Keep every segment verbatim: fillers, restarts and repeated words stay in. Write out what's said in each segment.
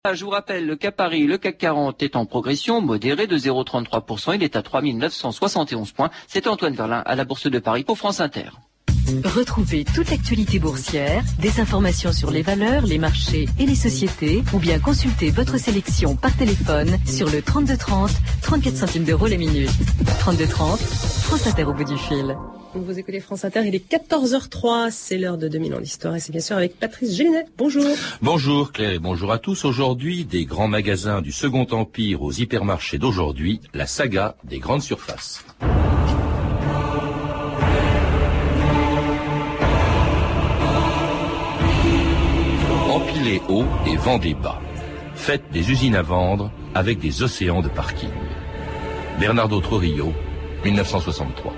Je vous rappelle qu'à Paris, le C A C quarante est en progression modérée de zéro virgule trente-trois pour cent. Il est à trois mille neuf cent soixante et onze points. C'est Antoine Verlin à la Bourse de Paris pour France Inter. Retrouvez toute l'actualité boursière, des informations sur les valeurs, les marchés et les sociétés, ou bien consultez votre sélection par téléphone sur le trente-deux trente, trente-quatre centimes d'euros la minute. trente-deux trente, France Inter au bout du fil. Vous écoutez France Inter, il est quatorze heures trois, c'est l'heure de deux mille ans d'histoire et c'est bien sûr avec Patrice Gélinet. Bonjour. Bonjour Claire et bonjour à tous. Aujourd'hui, des grands magasins du Second Empire aux hypermarchés d'aujourd'hui, la saga des grandes surfaces. Empilez haut et vendez bas. Faites des usines à vendre avec des océans de parking. Bernardo Trujillo, mille neuf cent soixante-trois.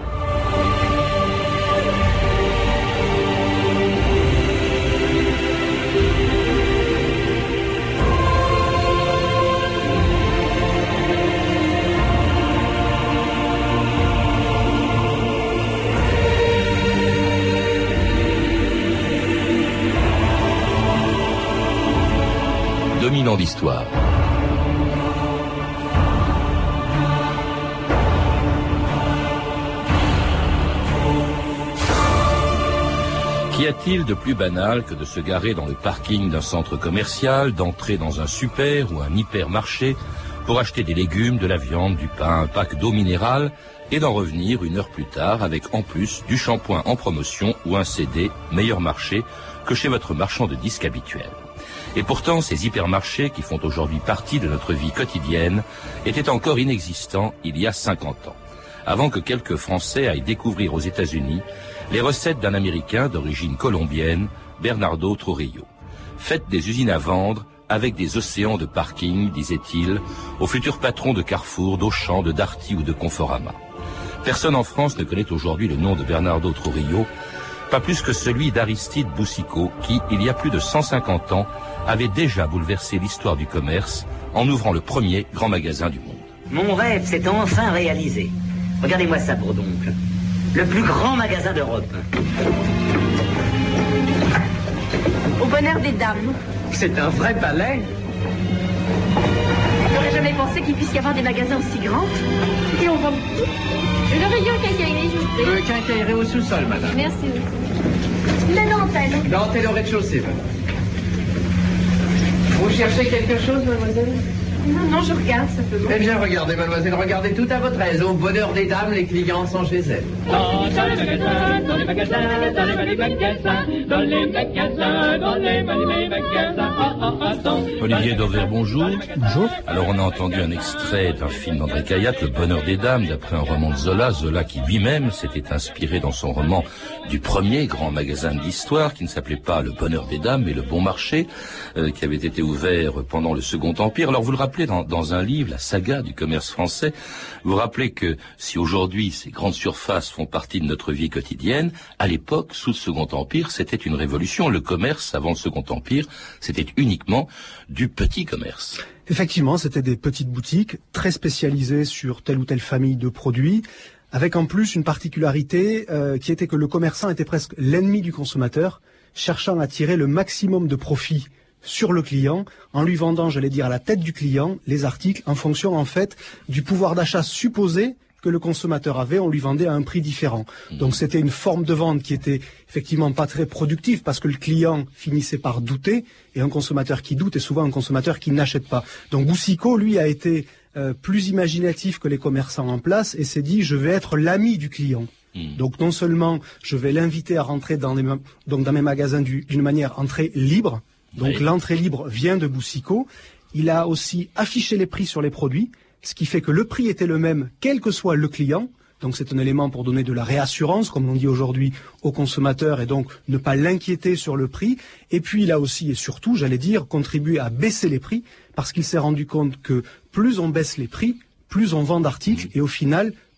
deux mille ans d'histoire. Qu'y a-t-il de plus banal que de se garer dans le parking d'un centre commercial, d'entrer dans un super ou un hypermarché pour acheter des légumes, de la viande, du pain, un pack d'eau minérale et d'en revenir une heure plus tard avec en plus du shampoing en promotion ou un C D meilleur marché que chez votre marchand de disques habituel. Et pourtant, ces hypermarchés, qui font aujourd'hui partie de notre vie quotidienne, étaient encore inexistants il y a cinquante ans, avant que quelques Français aillent découvrir aux États-Unis les recettes d'un Américain d'origine colombienne, Bernardo Trujillo. Faites des usines à vendre avec des océans de parking, disait-il, au futur patron de Carrefour, d'Auchan, de Darty ou de Conforama. Personne en France ne connaît aujourd'hui le nom de Bernardo Trujillo, pas plus que celui d'Aristide Boucicaut, qui, il y a plus de cent cinquante ans, avait déjà bouleversé l'histoire du commerce en ouvrant le premier grand magasin du monde. Mon rêve s'est enfin réalisé. Regardez-moi ça, bourdoncle. Le plus grand magasin d'Europe. Au bonheur des dames. C'est un vrai palais. J'aurais jamais pensé qu'il puisse y avoir des magasins aussi grands. Et on vend tout. Le rayon quincaillerie, s'il vous plaît. Le quincaillerie au sous-sol, madame. Merci. La dentelle. Dentelle au rez-de-chaussée, madame. Vous cherchez quelque chose, mademoiselle? Non, non, je regarde simplement. Eh bien, regardez, mademoiselle, regardez tout à votre aise. Au bonheur des dames, les clients sont chez elles. Dans les magasins, dans les magasins, dans les magasins, dans les magasins, dans les magasins. Olivier Dauvert, bonjour. Bonjour. Alors, on a entendu un extrait d'un film d'André Cayatte, Le Bonheur des Dames, d'après un roman de Zola. Zola qui lui-même s'était inspiré dans son roman du premier grand magasin de l'histoire, qui ne s'appelait pas Le Bonheur des Dames, mais Le Bon Marché, euh, qui avait été ouvert pendant le Second Empire. Alors, vous le rappelez dans, dans un livre, La saga du commerce français, vous rappelez que si aujourd'hui ces grandes surfaces font partie de notre vie quotidienne, à l'époque, sous le Second Empire, c'était une révolution. Le commerce, avant le Second Empire, c'était uniquement du petit commerce. Effectivement, c'était des petites boutiques très spécialisées sur telle ou telle famille de produits, avec en plus une particularité euh, qui était que le commerçant était presque l'ennemi du consommateur, cherchant à tirer le maximum de profit sur le client, en lui vendant, j'allais dire, à la tête du client, les articles en fonction, en fait, du pouvoir d'achat supposé que le consommateur avait, on lui vendait à un prix différent. Donc c'était une forme de vente qui était effectivement pas très productive parce que le client finissait par douter et un consommateur qui doute est souvent un consommateur qui n'achète pas. Donc Boucicaut, lui, a été euh, plus imaginatif que les commerçants en place et s'est dit je vais être l'ami du client. Mmh. Donc non seulement je vais l'inviter à rentrer dans, les, donc dans mes magasins du, d'une manière entrée libre, donc oui. L'entrée libre vient de Boucicaut. Il a aussi affiché les prix sur les produits, ce qui fait que le prix était le même quel que soit le client. Donc c'est un élément pour donner de la réassurance, comme on dit aujourd'hui, au consommateur et donc ne pas l'inquiéter sur le prix. Et puis il a aussi et surtout, j'allais dire, contribué à baisser les prix parce qu'il s'est rendu compte que plus on baisse les prix, plus on vend d'articles et au final,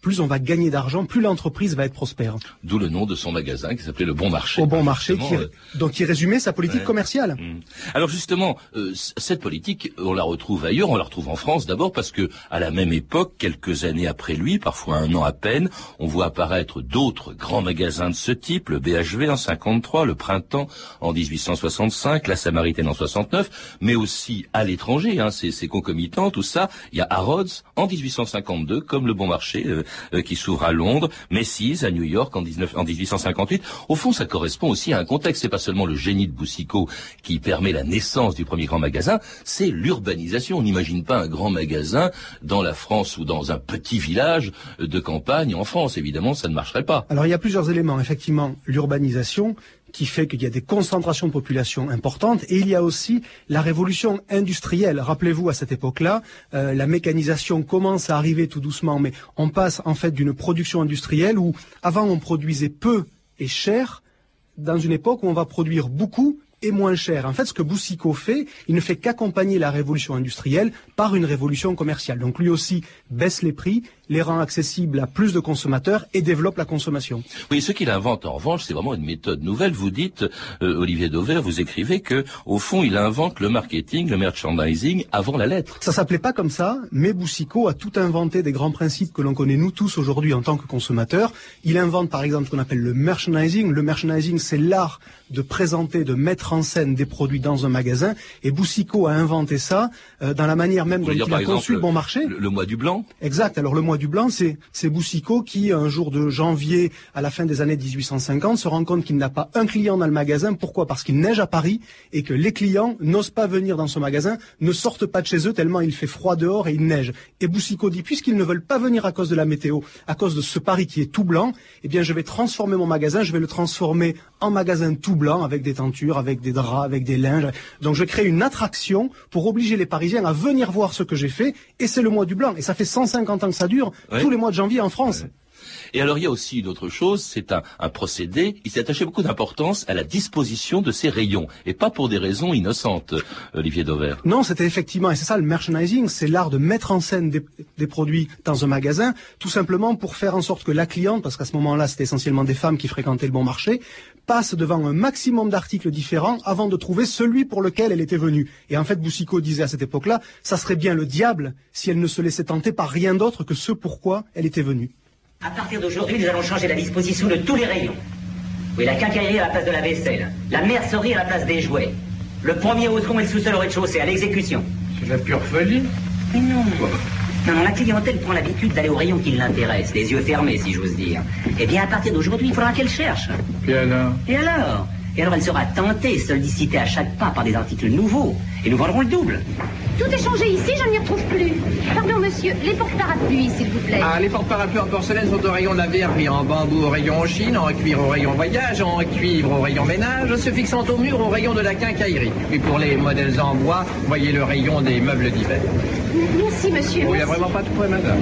plus on va gagner d'argent, plus l'entreprise va être prospère. D'où le nom de son magasin qui s'appelait Le Bon Marché. Au Bon Marché, qui, euh... donc qui résumait sa politique ouais. commerciale. Mmh. Alors justement, euh, cette politique, on la retrouve ailleurs, on la retrouve en France d'abord parce que à la même époque, quelques années après lui, parfois un an à peine, on voit apparaître d'autres grands magasins de ce type, le B H V en cinquante-trois, le Printemps en dix-huit cent soixante-cinq, la Samaritaine en soixante-neuf, mais aussi à l'étranger, hein, c'est, c'est concomitant, tout ça. Il y a Harrods en dix-huit cent cinquante-deux, comme le Bon Marché euh, euh, qui s'ouvre à Londres, Macy's à New York en, dix-neuf, en dix-huit cent cinquante-huit. Au fond, ça correspond aussi à un contexte. C'est pas seulement le génie de Boucicaut qui permet la naissance du premier grand magasin, c'est l'urbanisation. On n'imagine pas un grand magasin dans la France ou dans un petit village de campagne en France. Évidemment, ça ne marcherait pas. Alors, il y a plusieurs éléments. Effectivement, l'urbanisation qui fait qu'il y a des concentrations de population importantes, et il y a aussi la révolution industrielle. Rappelez-vous, à cette époque-là, euh, la mécanisation commence à arriver tout doucement, mais on passe en fait d'une production industrielle où avant on produisait peu et cher, dans une époque où on va produire beaucoup et moins cher. En fait, ce que Boucicaut fait, il ne fait qu'accompagner la révolution industrielle par une révolution commerciale. Donc lui aussi baisse les prix, les rend accessibles à plus de consommateurs et développe la consommation. Oui, ce qu'il invente en revanche, c'est vraiment une méthode nouvelle. Vous dites, euh, Olivier Dauvert, vous écrivez que au fond, il invente le marketing, le merchandising avant la lettre. Ça s'appelait pas comme ça, mais Boucicaut a tout inventé des grands principes que l'on connaît nous tous aujourd'hui en tant que consommateurs. Il invente par exemple ce qu'on appelle le merchandising. Le merchandising, c'est l'art de présenter, de mettre en scène des produits dans un magasin. Et Boucicaut a inventé ça euh, dans la manière même dont il a conçu le Bon Marché. Le, le mois du blanc. Exact. Alors le mois du blanc, c'est, c'est Boucicaut qui, un jour de janvier à la fin des années dix-huit cent cinquante, se rend compte qu'il n'a pas un client dans le magasin. Pourquoi ? Parce qu'il neige à Paris et que les clients n'osent pas venir dans ce magasin, ne sortent pas de chez eux tellement il fait froid dehors et il neige. Et Boucicaut dit, puisqu'ils ne veulent pas venir à cause de la météo, à cause de ce Paris qui est tout blanc, eh bien je vais transformer mon magasin, je vais le transformer en magasin tout blanc avec des tentures, avec des draps, avec des linges. Donc je crée une attraction pour obliger les Parisiens à venir voir ce que j'ai fait, et c'est le mois du blanc. Et ça fait cent cinquante ans que ça dure, ouais. tous les mois de janvier en France. Ouais. Et alors il y a aussi une autre chose, c'est un, un procédé, il s'est attaché beaucoup d'importance à la disposition de ces rayons, et pas pour des raisons innocentes, Olivier Dauvert. Non, c'était effectivement, et c'est ça le merchandising, c'est l'art de mettre en scène des, des produits dans un magasin, tout simplement pour faire en sorte que la cliente, parce qu'à ce moment-là c'était essentiellement des femmes qui fréquentaient le Bon Marché, passe devant un maximum d'articles différents avant de trouver celui pour lequel elle était venue. Et en fait, Boucicaut disait à cette époque-là, ça serait bien le diable si elle ne se laissait tenter par rien d'autre que ce pourquoi elle était venue. À partir d'aujourd'hui, nous allons changer la disposition de tous les rayons. Oui, la quincaillerie à la place de la vaisselle, la mercerie à la place des jouets, le premier autron et le sous-sol au rez-de-chaussée, à l'exécution. C'est la pure folie. Mais non. Non, non, la clientèle prend l'habitude d'aller au rayon qui l'intéresse, les yeux fermés, si j'ose dire. Eh bien, à partir d'aujourd'hui, il faudra qu'elle cherche. Et alors ? Et alors Et alors, elle sera tentée, sollicitée à chaque pas par des articles nouveaux, et nous vendrons le double. Tout est changé ici, je ne m'y retrouve plus. Pardon, monsieur, les porte-parapluies, s'il vous plaît. Ah, les porte-parapluies en porcelaine sont au rayon de la verrerie, en bambou au rayon en Chine, en cuir au rayon voyage, en cuivre au rayon ménage, se fixant au mur au rayon de la quincaillerie. Puis pour les modèles en bois, voyez le rayon des meubles d'hiver. Merci, monsieur. Il n'y a vraiment pas de problème, madame.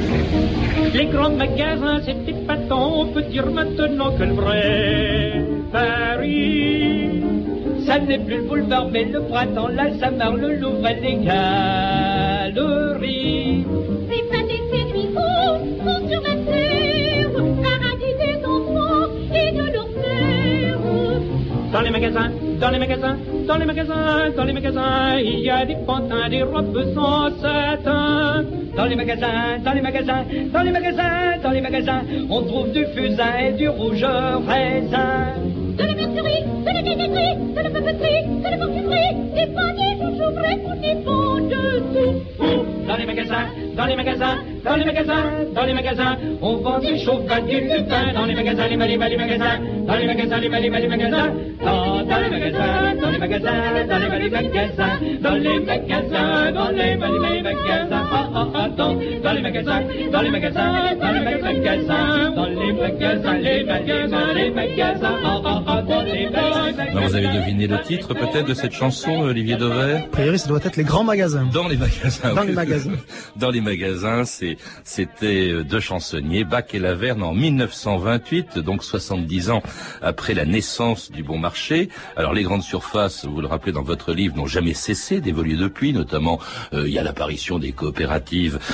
Les grands magasins, c'est épatant, on peut dire maintenant que le vrai Paris, ça n'est plus le boulevard, mais le printemps, l'Alzheimer, le Louvre et les galeries. Les fêtes et ces tricots sont sur la terre, paradis des enfants et de leurs mères. Dans les magasins, dans les magasins, dans les magasins, dans les magasins, il y a des pantins, des robes sans satin. Dans les magasins, dans les magasins, dans les magasins, dans les magasins, on trouve du fusain et du rouge raisin. De la mercerie, de la cailletterie, de la papeterie, de la parfumerie, des paniers chouchouvrés pour des bons de tout. Dans les magasins, dans les magasins, dans les magasins, dans les magasins, on vend des chauffages, du lutin. Dans les magasins, les malis, les magasins, dans les magasins, les malis, les magasins, dans, dans les magasins, dans les magasins, dans les malis, magasins, dans les magasins, dans les malis, les magasins, ah ah ah, dans, dans les magasins, dans les magasins, dans les magasins, dans les magasins, les magasins, les magasins, ah ah ah, dans les magasins. Alors vous avez deviné le titre peut-être de cette chanson, Olivier Dauvert ? A priori, ça doit être les grands magasins. Dans les magasins. Dans oui. les magasins. Dans les magasins, c'est, c'était deux chansonniers, Bach et Laverne, en mille neuf cent vingt-huit, donc soixante-dix ans après la naissance du Bon Marché. Alors les grandes surfaces, vous le rappelez dans votre livre, n'ont jamais cessé d'évoluer depuis, notamment euh, il y a l'apparition des coopératives euh, de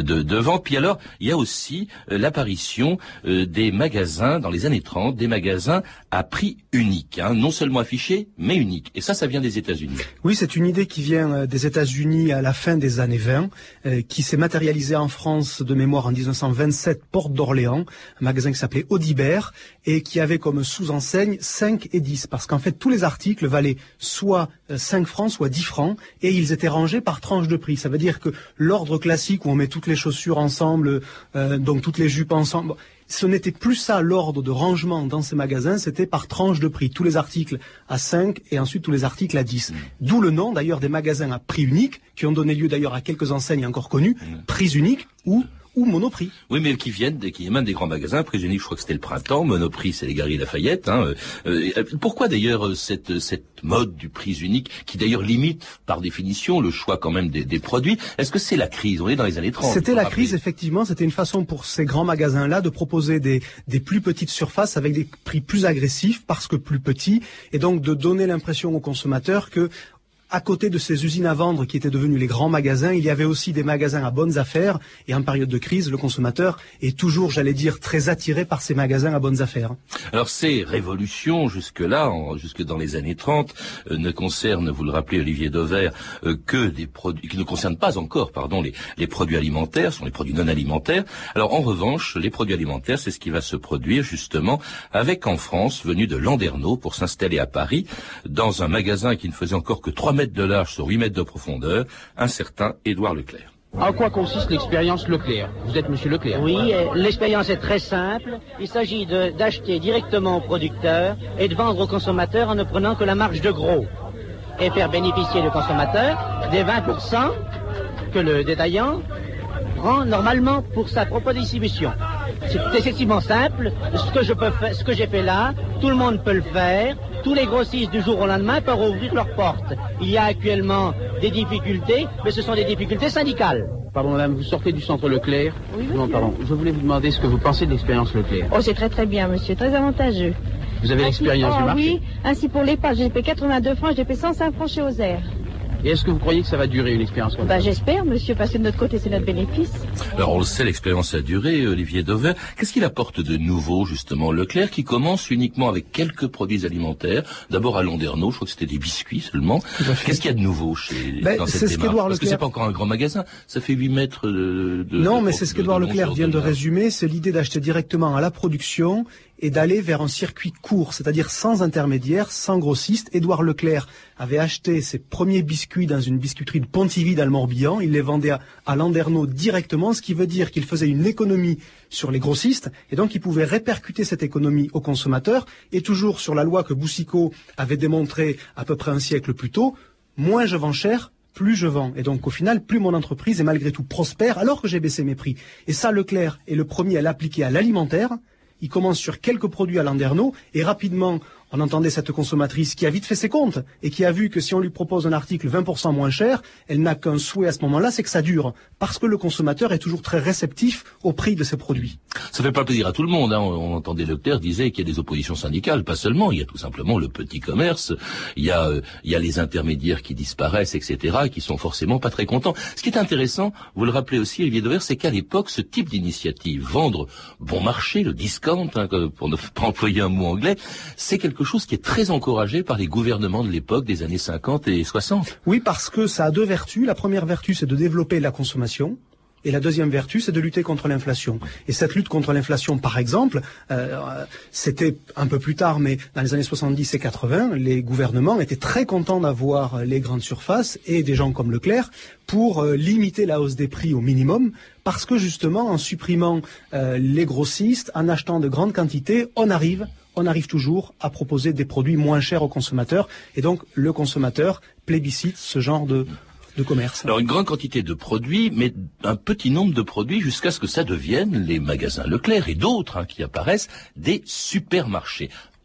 de, de vente. Puis alors, il y a aussi euh, l'apparition euh, des magasins dans les années trente, des magasins à prix unique, hein, non seulement affichés, mais unique. Et ça, ça vient des États-Unis. Oui, c'est une idée qui vient euh, des États-Unis à la fin des années vingt, euh, qui s'est matérialisée en France de mémoire en dix-neuf cent vingt-sept, porte d'Orléans, un magasin qui s'appelait Audibert et qui avait comme sous-enseigne cinq et dix, parce qu'en fait tous les articles valaient soit cinq francs, soit dix francs, et ils étaient rangés par tranche de prix. Ça veut dire que l'ordre classique où on met toutes les chaussures ensemble, euh, donc toutes les jupes ensemble, ce n'était plus ça l'ordre de rangement dans ces magasins, c'était par tranche de prix. Tous les articles à cinq et ensuite tous les articles à dix. Mmh. D'où le nom d'ailleurs des magasins à prix unique, qui ont donné lieu d'ailleurs à quelques enseignes encore connues, mmh. Prix unique ou ou Monoprix. Oui, mais qui viennent, qui émanent des grands magasins. Prix unique, je crois que c'était le Printemps. Monoprix, c'est les Galeries Lafayette. Hein. Euh, pourquoi d'ailleurs cette cette mode du prix unique, qui d'ailleurs limite par définition le choix quand même des, des produits? Est-ce que c'est la crise? On est dans les années trente. C'était la crise, effectivement. C'était une façon pour ces grands magasins-là de proposer des des plus petites surfaces avec des prix plus agressifs parce que plus petits, et donc de donner l'impression aux consommateurs que à côté de ces usines à vendre qui étaient devenues les grands magasins, il y avait aussi des magasins à bonnes affaires. Et en période de crise, le consommateur est toujours, j'allais dire, très attiré par ces magasins à bonnes affaires. Alors ces révolutions, jusque-là, en, jusque dans les années trente, euh, ne concernent, vous le rappelez Olivier Dauvert, euh, que des produits, qui ne concernent pas encore, pardon, les, les produits alimentaires, ce sont les produits non alimentaires. Alors en revanche, les produits alimentaires, c'est ce qui va se produire justement avec en France, venu de Landerneau pour s'installer à Paris, dans un magasin qui ne faisait encore que trois mètres de large sur huit mètres de profondeur, un certain Édouard Leclerc. En quoi consiste l'expérience Leclerc? Vous êtes monsieur Leclerc? Oui, l'expérience est très simple. Il s'agit de, d'acheter directement au producteur et de vendre au consommateur en ne prenant que la marge de gros. Et faire bénéficier le consommateur des vingt pour cent que le détaillant prend normalement pour sa propre distribution. C'est excessivement simple. Ce que je peux faire, ce que j'ai fait là, tout le monde peut le faire. Tous les grossistes du jour au lendemain peuvent ouvrir leurs portes. Il y a actuellement des difficultés, mais ce sont des difficultés syndicales. Pardon madame, vous sortez du centre Leclerc? Oui, non, pardon. Je voulais vous demander ce que vous pensez de l'expérience Leclerc. Oh, c'est très très bien monsieur, très avantageux. Vous avez l'expérience oh, du marché? Oui, ainsi pour les pâtes, j'ai payé quatre-vingt-deux francs, j'ai payé cent cinq francs chez Ozer. Et est-ce que vous croyez que ça va durer une expérience comme ça? Bah, j'espère, monsieur, parce que de notre côté, c'est notre bénéfice. Alors, on le sait, l'expérience a duré, Olivier Dauvert. Qu'est-ce qu'il apporte de nouveau, justement, Leclerc, qui commence uniquement avec quelques produits alimentaires? D'abord à Landerneau, je crois que c'était des biscuits seulement. Qu'est-ce qu'il y a de nouveau chez, ben, dans cette ce démarche? Parce Leclerc... que c'est pas encore un grand magasin. Ça fait huit mètres de... de non, de, mais de, c'est ce qu'Édouard Leclerc vient de résumer. C'est l'idée d'acheter directement à la production et d'aller vers un circuit court, c'est-à-dire sans intermédiaire, sans grossiste. Édouard Leclerc avait acheté ses premiers biscuits dans une biscuiterie de Pontivy dans le Morbihan. Il les vendait à, à Landerneau directement, ce qui veut dire qu'il faisait une économie sur les grossistes, et donc il pouvait répercuter cette économie aux consommateurs, et toujours sur la loi que Boucicaut avait démontrée à peu près un siècle plus tôt, moins je vends cher, plus je vends. Et donc au final, plus mon entreprise est malgré tout prospère, alors que j'ai baissé mes prix. Et ça, Leclerc est le premier à l'appliquer à l'alimentaire. Il commence sur quelques produits à Landerneau, et rapidement, on entendait cette consommatrice qui a vite fait ses comptes et qui a vu que si on lui propose un article vingt pour cent moins cher, elle n'a qu'un souhait à ce moment-là, c'est que ça dure. Parce que le consommateur est toujours très réceptif au prix de ses produits. Ça fait pas plaisir à tout le monde, hein. On, on entendait Leclerc disait qu'il y a des oppositions syndicales, pas seulement. Il y a tout simplement le petit commerce, il y a, euh, il y a les intermédiaires qui disparaissent, et cetera, qui sont forcément pas très contents. Ce qui est intéressant, vous le rappelez aussi, Olivier Dauvert, c'est qu'à l'époque, ce type d'initiative, vendre bon marché, le discount, hein, pour ne pas employer un mot anglais, c'est quelque chose qui est très encouragé par les gouvernements de l'époque des années cinquante et soixante. Oui, parce que ça a deux vertus. La première vertu, c'est de développer la consommation. Et la deuxième vertu, c'est de lutter contre l'inflation. Et cette lutte contre l'inflation, par exemple, euh, c'était un peu plus tard, mais dans les années soixante-dix et quatre-vingts, les gouvernements étaient très contents d'avoir les grandes surfaces et des gens comme Leclerc pour euh, limiter la hausse des prix au minimum, parce que justement, en supprimant euh, les grossistes, en achetant de grandes quantités, on arrive on arrive toujours à proposer des produits moins chers aux consommateurs. Et donc, le consommateur plébiscite ce genre de, de commerce. Alors, une grande quantité de produits, mais un petit nombre de produits jusqu'à ce que ça devienne les magasins Leclerc et d'autres hein, qui apparaissent, des supermarchés.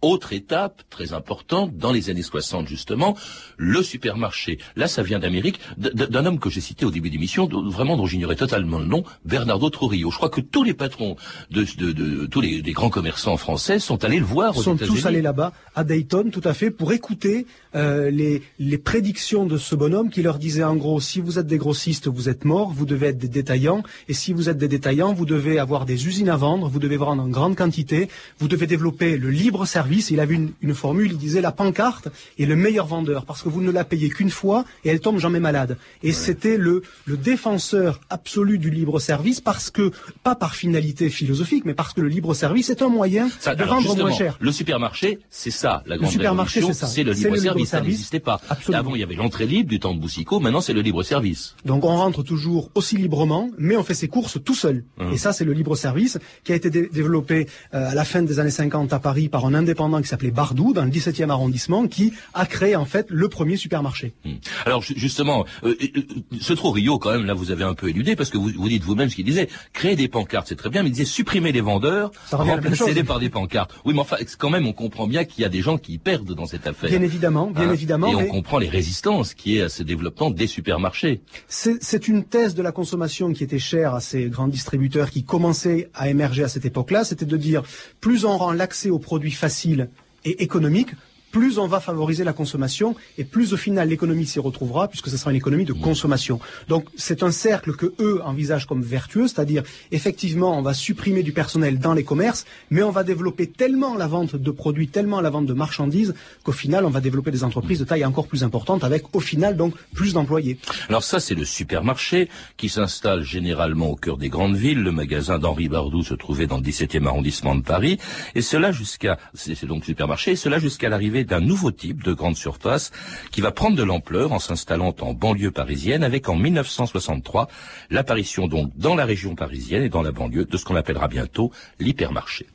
autre étape très importante dans les années soixante justement, le supermarché. Là, ça vient d'Amérique, d'un homme que j'ai cité au début d'émission, vraiment dont j'ignorais totalement le nom, Bernardo Trujillo. Je crois que tous les patrons de, de, de, de tous les, les grands commerçants français sont allés le voir aux États-Unis. États-Unis. Sont tous allés là-bas, à Dayton, tout à fait, pour écouter euh, les, les prédictions de ce bonhomme qui leur disait en gros, si vous êtes des grossistes, vous êtes morts, vous devez être des détaillants, et si vous êtes des détaillants, vous devez avoir des usines à vendre, vous devez vendre en grande quantité, vous devez développer le libre service. Il avait une, une formule, il disait la pancarte est le meilleur vendeur, parce que vous ne la payez qu'une fois, et elle tombe jamais malade. Et ouais. C'était le, le défenseur absolu du libre service, parce que, pas par finalité philosophique, mais parce que le libre service est un moyen ça, de alors, vendre moins cher. Le supermarché, c'est ça, la grande le supermarché, révolution, c'est, c'est le libre service, ça n'existait pas. Absolument. Avant, il y avait l'entrée libre du temps de Boucicaut, maintenant c'est le libre service. Donc on rentre toujours aussi librement, mais on fait ses courses tout seul. Hum. Et ça, c'est le libre service qui a été dé- développé euh, à la fin des années cinquante à Paris par un indépendant qui s'appelait Bardou, dans le dix-septième arrondissement, qui a créé en fait le premier supermarché. Hum. Alors justement, euh, euh, ce Trujillo, quand même, là vous avez un peu éludé, parce que vous, vous dites vous-même ce qu'il disait, créer des pancartes, c'est très bien, mais il disait supprimer les vendeurs, remplacer-les par des pancartes. Oui, mais enfin, quand même, on comprend bien qu'il y a des gens qui perdent dans cette affaire. Bien évidemment, bien hein évidemment. Et mais... on comprend les résistances qui est à ce développement des supermarchés. C'est, c'est une thèse de la consommation qui était chère à ces grands distributeurs qui commençaient à émerger à cette époque-là, c'était de dire, plus on rend l'accès aux produits faciles et économiques, plus on va favoriser la consommation et plus au final l'économie s'y retrouvera puisque ce sera une économie de consommation. Donc c'est un cercle que eux envisagent comme vertueux, c'est-à-dire effectivement on va supprimer du personnel dans les commerces, mais on va développer tellement la vente de produits, tellement la vente de marchandises qu'au final on va développer des entreprises de taille encore plus importante avec au final donc plus d'employés. Alors ça c'est le supermarché qui s'installe généralement au cœur des grandes villes. Le magasin d'Henri Bardou se trouvait dans le dix-septième arrondissement de Paris et cela jusqu'à, c'est, c'est donc le supermarché, et cela jusqu'à l'arrivée d'un nouveau type de grande surface qui va prendre de l'ampleur en s'installant en banlieue parisienne avec en mille neuf cent soixante-trois l'apparition donc dans la région parisienne et dans la banlieue de ce qu'on appellera bientôt l'hypermarché.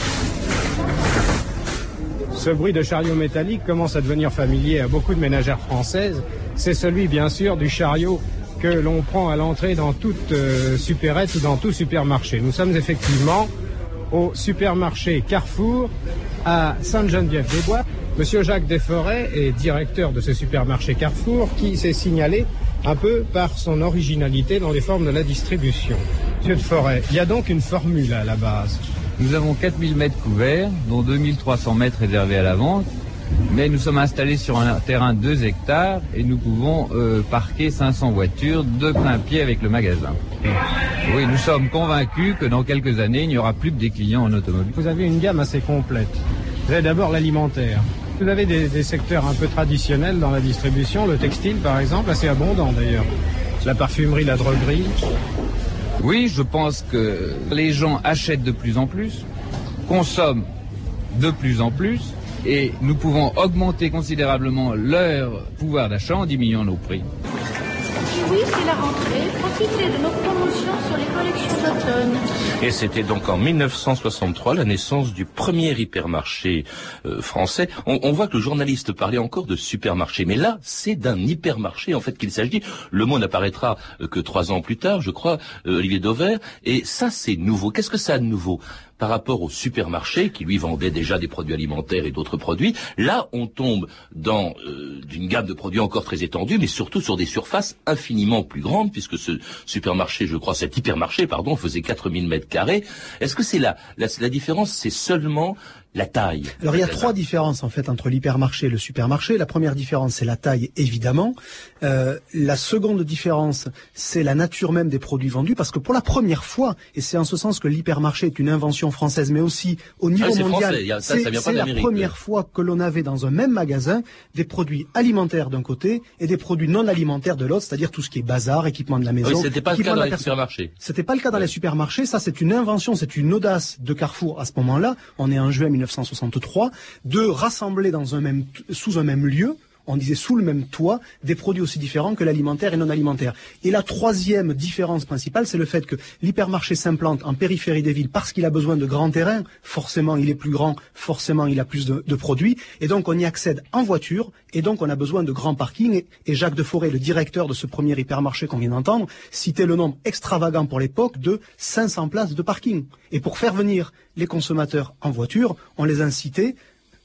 Ce bruit de chariot métallique commence à devenir familier à beaucoup de ménagères françaises. C'est celui bien sûr du chariot que l'on prend à l'entrée dans toute euh, supérette ou dans tout supermarché. Nous sommes effectivement au supermarché Carrefour à Sainte-Geneviève-des-Bois. Monsieur Jacques Desforêts est directeur de ce supermarché Carrefour qui s'est signalé un peu par son originalité dans les formes de la distribution. Monsieur Desforêts, il y a donc une formule à la base. Nous avons quatre mille mètres couverts, dont deux mille trois cents mètres réservés à la vente, mais nous sommes installés sur un terrain de deux hectares et nous pouvons euh, parquer cinq cents voitures de plein pied avec le magasin. Oui, nous sommes convaincus que dans quelques années, il n'y aura plus que des clients en automobile. Vous avez une gamme assez complète. Vous avez d'abord l'alimentaire. Vous avez des, des secteurs un peu traditionnels dans la distribution, le textile par exemple, assez abondant d'ailleurs. La parfumerie, la droguerie. Oui, je pense que les gens achètent de plus en plus, consomment de plus en plus, et nous pouvons augmenter considérablement leur pouvoir d'achat en diminuant nos prix. Oui, c'est la rentrée. Profitez de nos promotions sur les collections d'automne. Et c'était donc en mille neuf cent soixante-trois la naissance du premier hypermarché euh, français. On, on voit que le journaliste parlait encore de supermarché, mais là, c'est d'un hypermarché en fait qu'il s'agit. Le mot n'apparaîtra euh, que trois ans plus tard, je crois, euh, Olivier Dauvert. Et ça, c'est nouveau. Qu'est-ce que ça a de nouveau ? Par rapport au supermarché qui lui vendait déjà des produits alimentaires et d'autres produits, là on tombe dans euh, une gamme de produits encore très étendue, mais surtout sur des surfaces infiniment plus grandes, puisque ce supermarché, je crois, cet hypermarché, pardon, faisait quatre mille mètres carrés. Est-ce que c'est la, la, la différence, c'est seulement la taille? Alors il y a trois différences en fait entre l'hypermarché et le supermarché. La première différence c'est la taille évidemment. Euh, la seconde différence c'est la nature même des produits vendus, parce que pour la première fois, et c'est en ce sens que l'hypermarché est une invention française, mais aussi au niveau ah, mondial, français, a, ça, c'est, ça vient c'est pas la première fois que l'on avait dans un même magasin des produits alimentaires d'un côté et des produits non alimentaires de l'autre, c'est-à-dire tout ce qui est bazar, équipement de la maison. Oui, c'était pas le cas dans les supermarchés. C'était pas le cas dans les supermarchés. Ça c'est une invention, c'est une audace de Carrefour à ce moment-là. On est en juin mille neuf cent soixante-trois, de rassembler dans un même, sous un même lieu, on disait sous le même toit, des produits aussi différents que l'alimentaire et non alimentaire. Et la troisième différence principale, c'est le fait que l'hypermarché s'implante en périphérie des villes parce qu'il a besoin de grands terrains. Forcément, il est plus grand, forcément, il a plus de, de produits. Et donc, on y accède en voiture. Et donc, on a besoin de grands parkings. Et, et Jacques Desforêts, le directeur de ce premier hypermarché qu'on vient d'entendre, citait le nombre extravagant pour l'époque de cinq cents places de parking. Et pour faire venir les consommateurs en voiture, on les incitait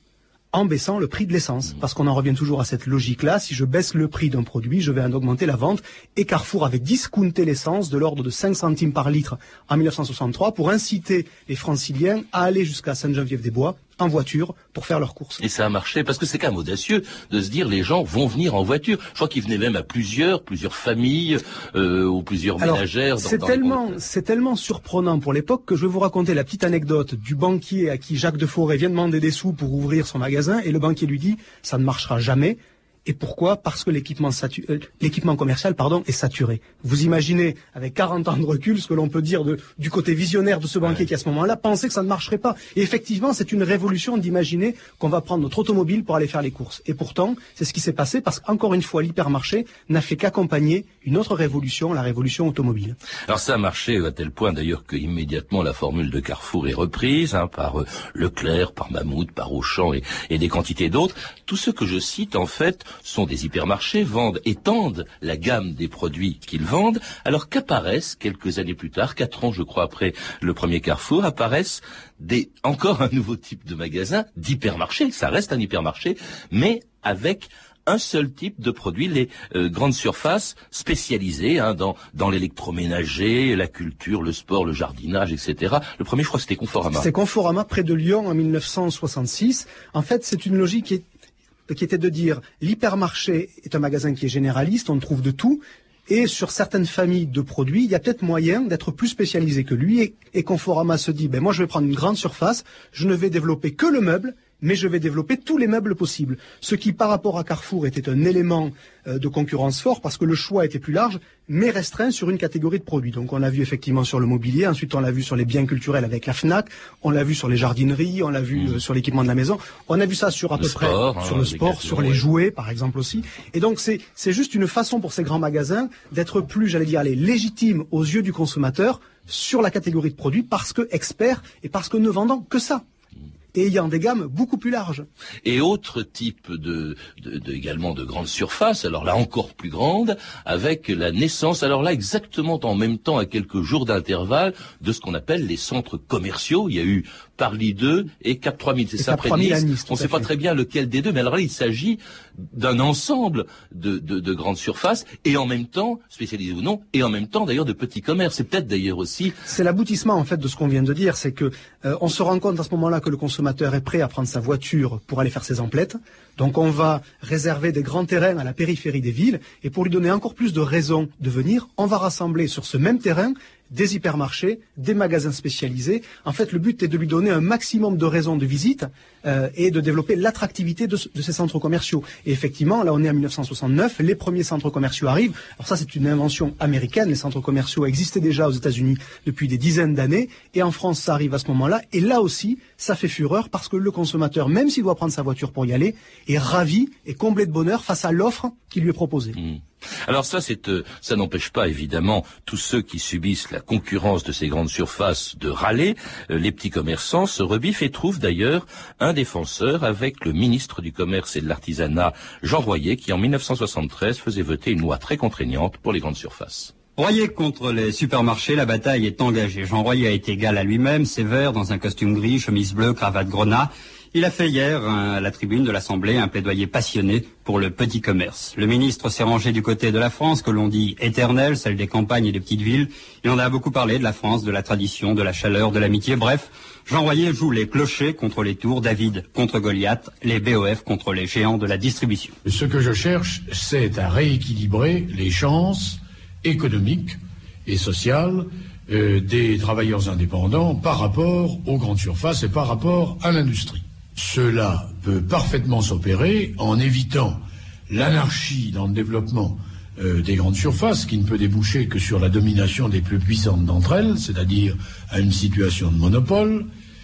en baissant le prix de l'essence. Parce qu'on en revient toujours à cette logique-là. Si je baisse le prix d'un produit, je vais en augmenter la vente. Et Carrefour avait discounté l'essence de l'ordre de cinq centimes par litre en mille neuf cent soixante-trois pour inciter les franciliens à aller jusqu'à Sainte-Geneviève-des-Bois en voiture pour faire leurs courses. Et ça a marché, parce que c'est quand même audacieux de se dire les gens vont venir en voiture. Je crois qu'ils venaient même à plusieurs, plusieurs familles euh, ou plusieurs Alors, ménagères. Dans, c'est dans tellement, les... c'est tellement surprenant pour l'époque que je vais vous raconter la petite anecdote du banquier à qui Jacques Deforest vient demander des sous pour ouvrir son magasin et le banquier lui dit ça ne marchera jamais. Et pourquoi? Parce que l'équipement satu... euh, l'équipement commercial pardon, est saturé. Vous imaginez, avec quarante ans de recul, ce que l'on peut dire de, du côté visionnaire de ce banquier ouais. qui, à ce moment-là, pensait que ça ne marcherait pas. Et effectivement, c'est une révolution d'imaginer qu'on va prendre notre automobile pour aller faire les courses. Et pourtant, c'est ce qui s'est passé parce qu'encore une fois, l'hypermarché n'a fait qu'accompagner une autre révolution, la révolution automobile. Alors ça a marché à tel point d'ailleurs que immédiatement la formule de Carrefour est reprise hein, par euh, Leclerc, par Mammouth, par Auchan et, et des quantités d'autres. Tous ceux que je cite, en fait, sont des hypermarchés, vendent, étendent la gamme des produits qu'ils vendent, alors qu'apparaissent, quelques années plus tard, quatre ans je crois après le premier Carrefour, apparaissent des, encore un nouveau type de magasin, d'hypermarché, ça reste un hypermarché, mais avec un seul type de produit, les euh, grandes surfaces spécialisées hein, dans, dans l'électroménager, la culture, le sport, le jardinage, et cetera. Le premier, je crois, c'était Conforama. C'est Conforama, près de Lyon, en mille neuf cent soixante-six. En fait, c'est une logique qui est qui était de dire l'hypermarché est un magasin qui est généraliste, on trouve de tout, et sur certaines familles de produits, il y a peut-être moyen d'être plus spécialisé que lui, et, et Conforama se dit, ben moi je vais prendre une grande surface, je ne vais développer que le meuble, mais je vais développer tous les meubles possibles. Ce qui, par rapport à Carrefour, était un élément euh, de concurrence fort, parce que le choix était plus large, mais restreint sur une catégorie de produits. Donc on l'a vu effectivement sur le mobilier, ensuite on l'a vu sur les biens culturels avec la Fnac, on l'a vu sur les jardineries, on l'a vu mmh. euh, sur l'équipement de la maison, on a vu ça sur à le peu sport, près, hein, sur le sport, gâteaux, sur les ouais. jouets par exemple aussi. Et donc c'est c'est juste une façon pour ces grands magasins d'être plus, j'allais dire, allez, légitimes aux yeux du consommateur sur la catégorie de produits, parce que experts et parce que ne vendant que ça. Et ayant des gammes beaucoup plus larges. Et autre type de, de, de également de grandes surfaces, alors là encore plus grande, avec la naissance, alors là exactement en même temps, à quelques jours d'intervalle, de ce qu'on appelle les centres commerciaux. Il y a eu Parly deux et Cap trois mille, c'est ça, près de Nice. On ne sait pas très bien lequel des deux, mais alors là il s'agit d'un ensemble de, de, de grandes surfaces, et en même temps, spécialisées ou non, et en même temps d'ailleurs de petits commerces. C'est peut-être d'ailleurs aussi... C'est l'aboutissement en fait de ce qu'on vient de dire, c'est que euh, on se rend compte à ce moment-là que le consommateur est prêt à prendre sa voiture pour aller faire ses emplettes. Donc on va réserver des grands terrains à la périphérie des villes, et pour lui donner encore plus de raisons de venir, on va rassembler sur ce même terrain des hypermarchés, des magasins spécialisés. En fait, le but est de lui donner un maximum de raisons de visite euh, et de développer l'attractivité de, de ces centres commerciaux. Et effectivement, là on est en mille neuf cent soixante-neuf, les premiers centres commerciaux arrivent. Alors ça, c'est une invention américaine. Les centres commerciaux existaient déjà aux États-Unis depuis des dizaines d'années, et en France, ça arrive à ce moment-là. Et là aussi, ça fait fureur, parce que le consommateur, même s'il doit prendre sa voiture pour y aller, est ravi et comblé de bonheur face à l'offre qui lui est proposée. Mmh. Alors ça, c'est, euh, ça n'empêche pas évidemment tous ceux qui subissent la concurrence de ces grandes surfaces de râler. Euh, les petits commerçants se rebiffent et trouvent d'ailleurs un défenseur avec le ministre du Commerce et de l'Artisanat, Jean Royer, qui en mille neuf cent soixante-treize faisait voter une loi très contraignante pour les grandes surfaces. Royer contre les supermarchés, la bataille est engagée. Jean Royer a été égal à lui-même, sévère, dans un costume gris, chemise bleue, cravate grenat. Il a fait hier, à la tribune de l'Assemblée, un plaidoyer passionné pour le petit commerce. Le ministre s'est rangé du côté de la France, que l'on dit éternelle, celle des campagnes et des petites villes. Il en a beaucoup parlé de la France, de la tradition, de la chaleur, de l'amitié. Bref, Jean Royer joue les clochers contre les tours, David contre Goliath, les B O F contre les géants de la distribution. Ce que je cherche, c'est à rééquilibrer les chances économiques et sociales euh, des travailleurs indépendants par rapport aux grandes surfaces et par rapport à l'industrie. Cela peut parfaitement s'opérer en évitant l'anarchie dans le développement euh, des grandes surfaces, qui ne peut déboucher que sur la domination des plus puissantes d'entre elles, c'est-à-dire à une situation de monopole,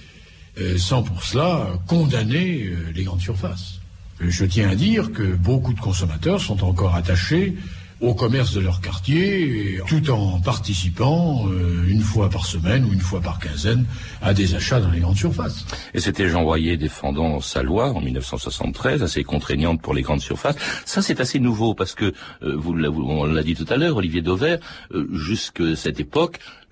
euh, sans pour cela condamner euh, les grandes surfaces. Euh, je tiens à dire que beaucoup de consommateurs sont encore attachés au commerce de leur quartier, tout en participant euh, une fois par semaine ou une fois par quinzaine à des achats dans les grandes surfaces. Et c'était Jean Royer défendant sa loi en mille neuf cent soixante-treize, assez contraignante pour les grandes surfaces. Ça, c'est assez nouveau parce que, euh, vous, on l'a dit tout à l'heure, Olivier Dauvert, euh, jusqu'à cette époque,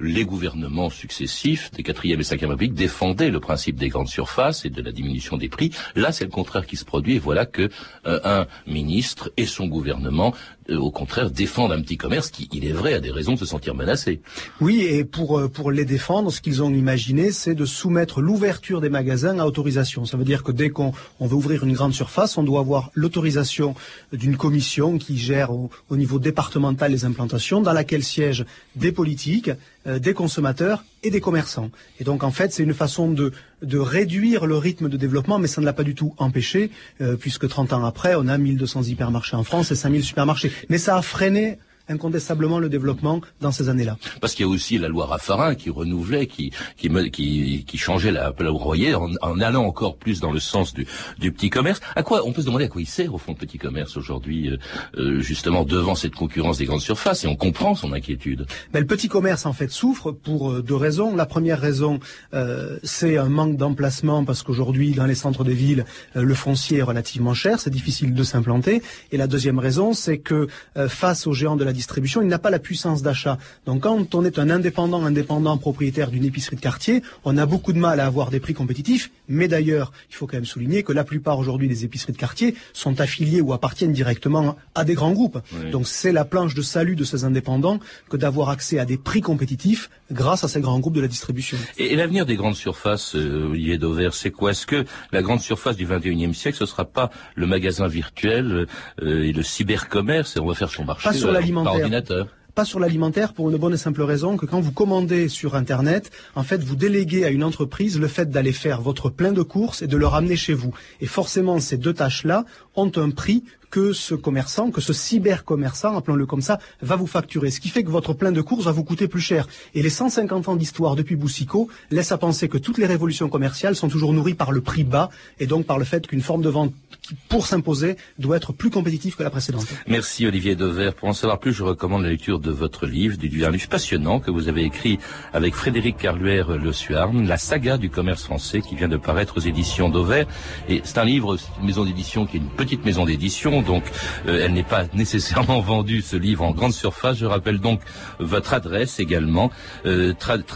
les gouvernements successifs des quatrième et cinquième République défendaient le principe des grandes surfaces et de la diminution des prix. Là, c'est le contraire qui se produit, et voilà que euh, un ministre et son gouvernement, euh, au contraire, défendent un petit commerce qui, il est vrai, a des raisons de se sentir menacé. Oui, et pour pour les défendre, ce qu'ils ont imaginé, c'est de soumettre l'ouverture des magasins à autorisation. Ça veut dire que dès qu'on on veut ouvrir une grande surface, on doit avoir l'autorisation d'une commission qui gère au, au niveau départemental les implantations, dans laquelle siègent des politiques, euh, des consommateurs et des commerçants. Et donc en fait, c'est une façon de de réduire le rythme de développement, mais ça ne l'a pas du tout empêché, euh, puisque trente ans après, on a mille deux cents hypermarchés en France et cinq mille supermarchés. Mais ça a freiné incontestablement le développement dans ces années-là. Parce qu'il y a aussi la loi Raffarin qui renouvelait, qui qui qui, qui changeait la loi Royer en, en allant encore plus dans le sens du, du petit commerce. À quoi on peut se demander à quoi il sert au fond le petit commerce aujourd'hui, euh, justement devant cette concurrence des grandes surfaces, et on comprend son inquiétude. Mais le petit commerce en fait souffre pour deux raisons. La première raison, euh, c'est un manque d'emplacement, parce qu'aujourd'hui dans les centres des villes, euh, le foncier est relativement cher, c'est difficile de s'implanter. Et la deuxième raison, c'est que euh, face aux géants de la distribution, il n'a pas la puissance d'achat. Donc quand on est un indépendant, indépendant propriétaire d'une épicerie de quartier, on a beaucoup de mal à avoir des prix compétitifs. Mais d'ailleurs, il faut quand même souligner que la plupart aujourd'hui des épiceries de quartier sont affiliées ou appartiennent directement à des grands groupes. Oui. Donc c'est la planche de salut de ces indépendants que d'avoir accès à des prix compétitifs grâce à ces grands groupes de la distribution. Et, et l'avenir des grandes surfaces, euh, Olivier Dauvert, c'est quoi? Est-ce que la grande surface du vingt et unième siècle, ce ne sera pas le magasin virtuel euh, et le cybercommerce, et on va faire son marché pas sur l'alimentaire. Par ordinateur? Pas sur l'alimentaire, pour une bonne et simple raison que quand vous commandez sur Internet, en fait, vous déléguez à une entreprise le fait d'aller faire votre plein de courses et de le ramener chez vous. Et forcément, ces deux tâches-là ont un prix que ce commerçant, que ce cyber-commerçant, appelons-le comme ça, va vous facturer. Ce qui fait que votre plein de courses va vous coûter plus cher. Et les cent cinquante ans d'histoire depuis Boucicaut laissent à penser que toutes les révolutions commerciales sont toujours nourries par le prix bas, et donc par le fait qu'une forme de vente qui, pour s'imposer, doit être plus compétitive que la précédente. Merci Olivier Dauvert. Pour en savoir plus, je recommande la lecture de votre livre, du un livre passionnant que vous avez écrit avec Frédéric Carluère Le Suarne, La saga du commerce français, qui vient de paraître aux éditions Dauvert. Et c'est un livre, c'est une maison d'édition qui est une petite maison d'édition, donc euh, elle n'est pas nécessairement vendue, ce livre, en grande surface. Je rappelle donc votre adresse également, euh,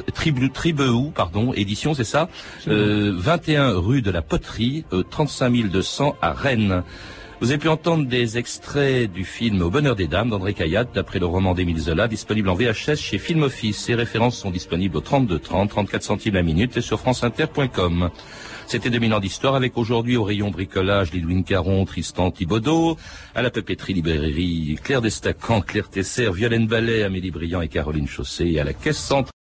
Tribeou, pardon, édition, c'est ça, euh, vingt et un rue de la Poterie, euh, trente-cinq mille deux cents à Rennes. Vous avez pu entendre des extraits du film Au bonheur des dames d'André Cayatte, d'après le roman d'Émile Zola, disponible en V H S chez Film Office. Ces références sont disponibles au trente-deux trente, trente-quatre centimes la minute et sur franceinter point com. C'était deux mille ans d'histoire, avec aujourd'hui au rayon bricolage Lidwin Caron, Tristan Thibaudot, à la papeterie librairie Claire Destacan, Claire Tesser, Violaine Ballet, Amélie Briand et Caroline Chaussé, et à la caisse centrale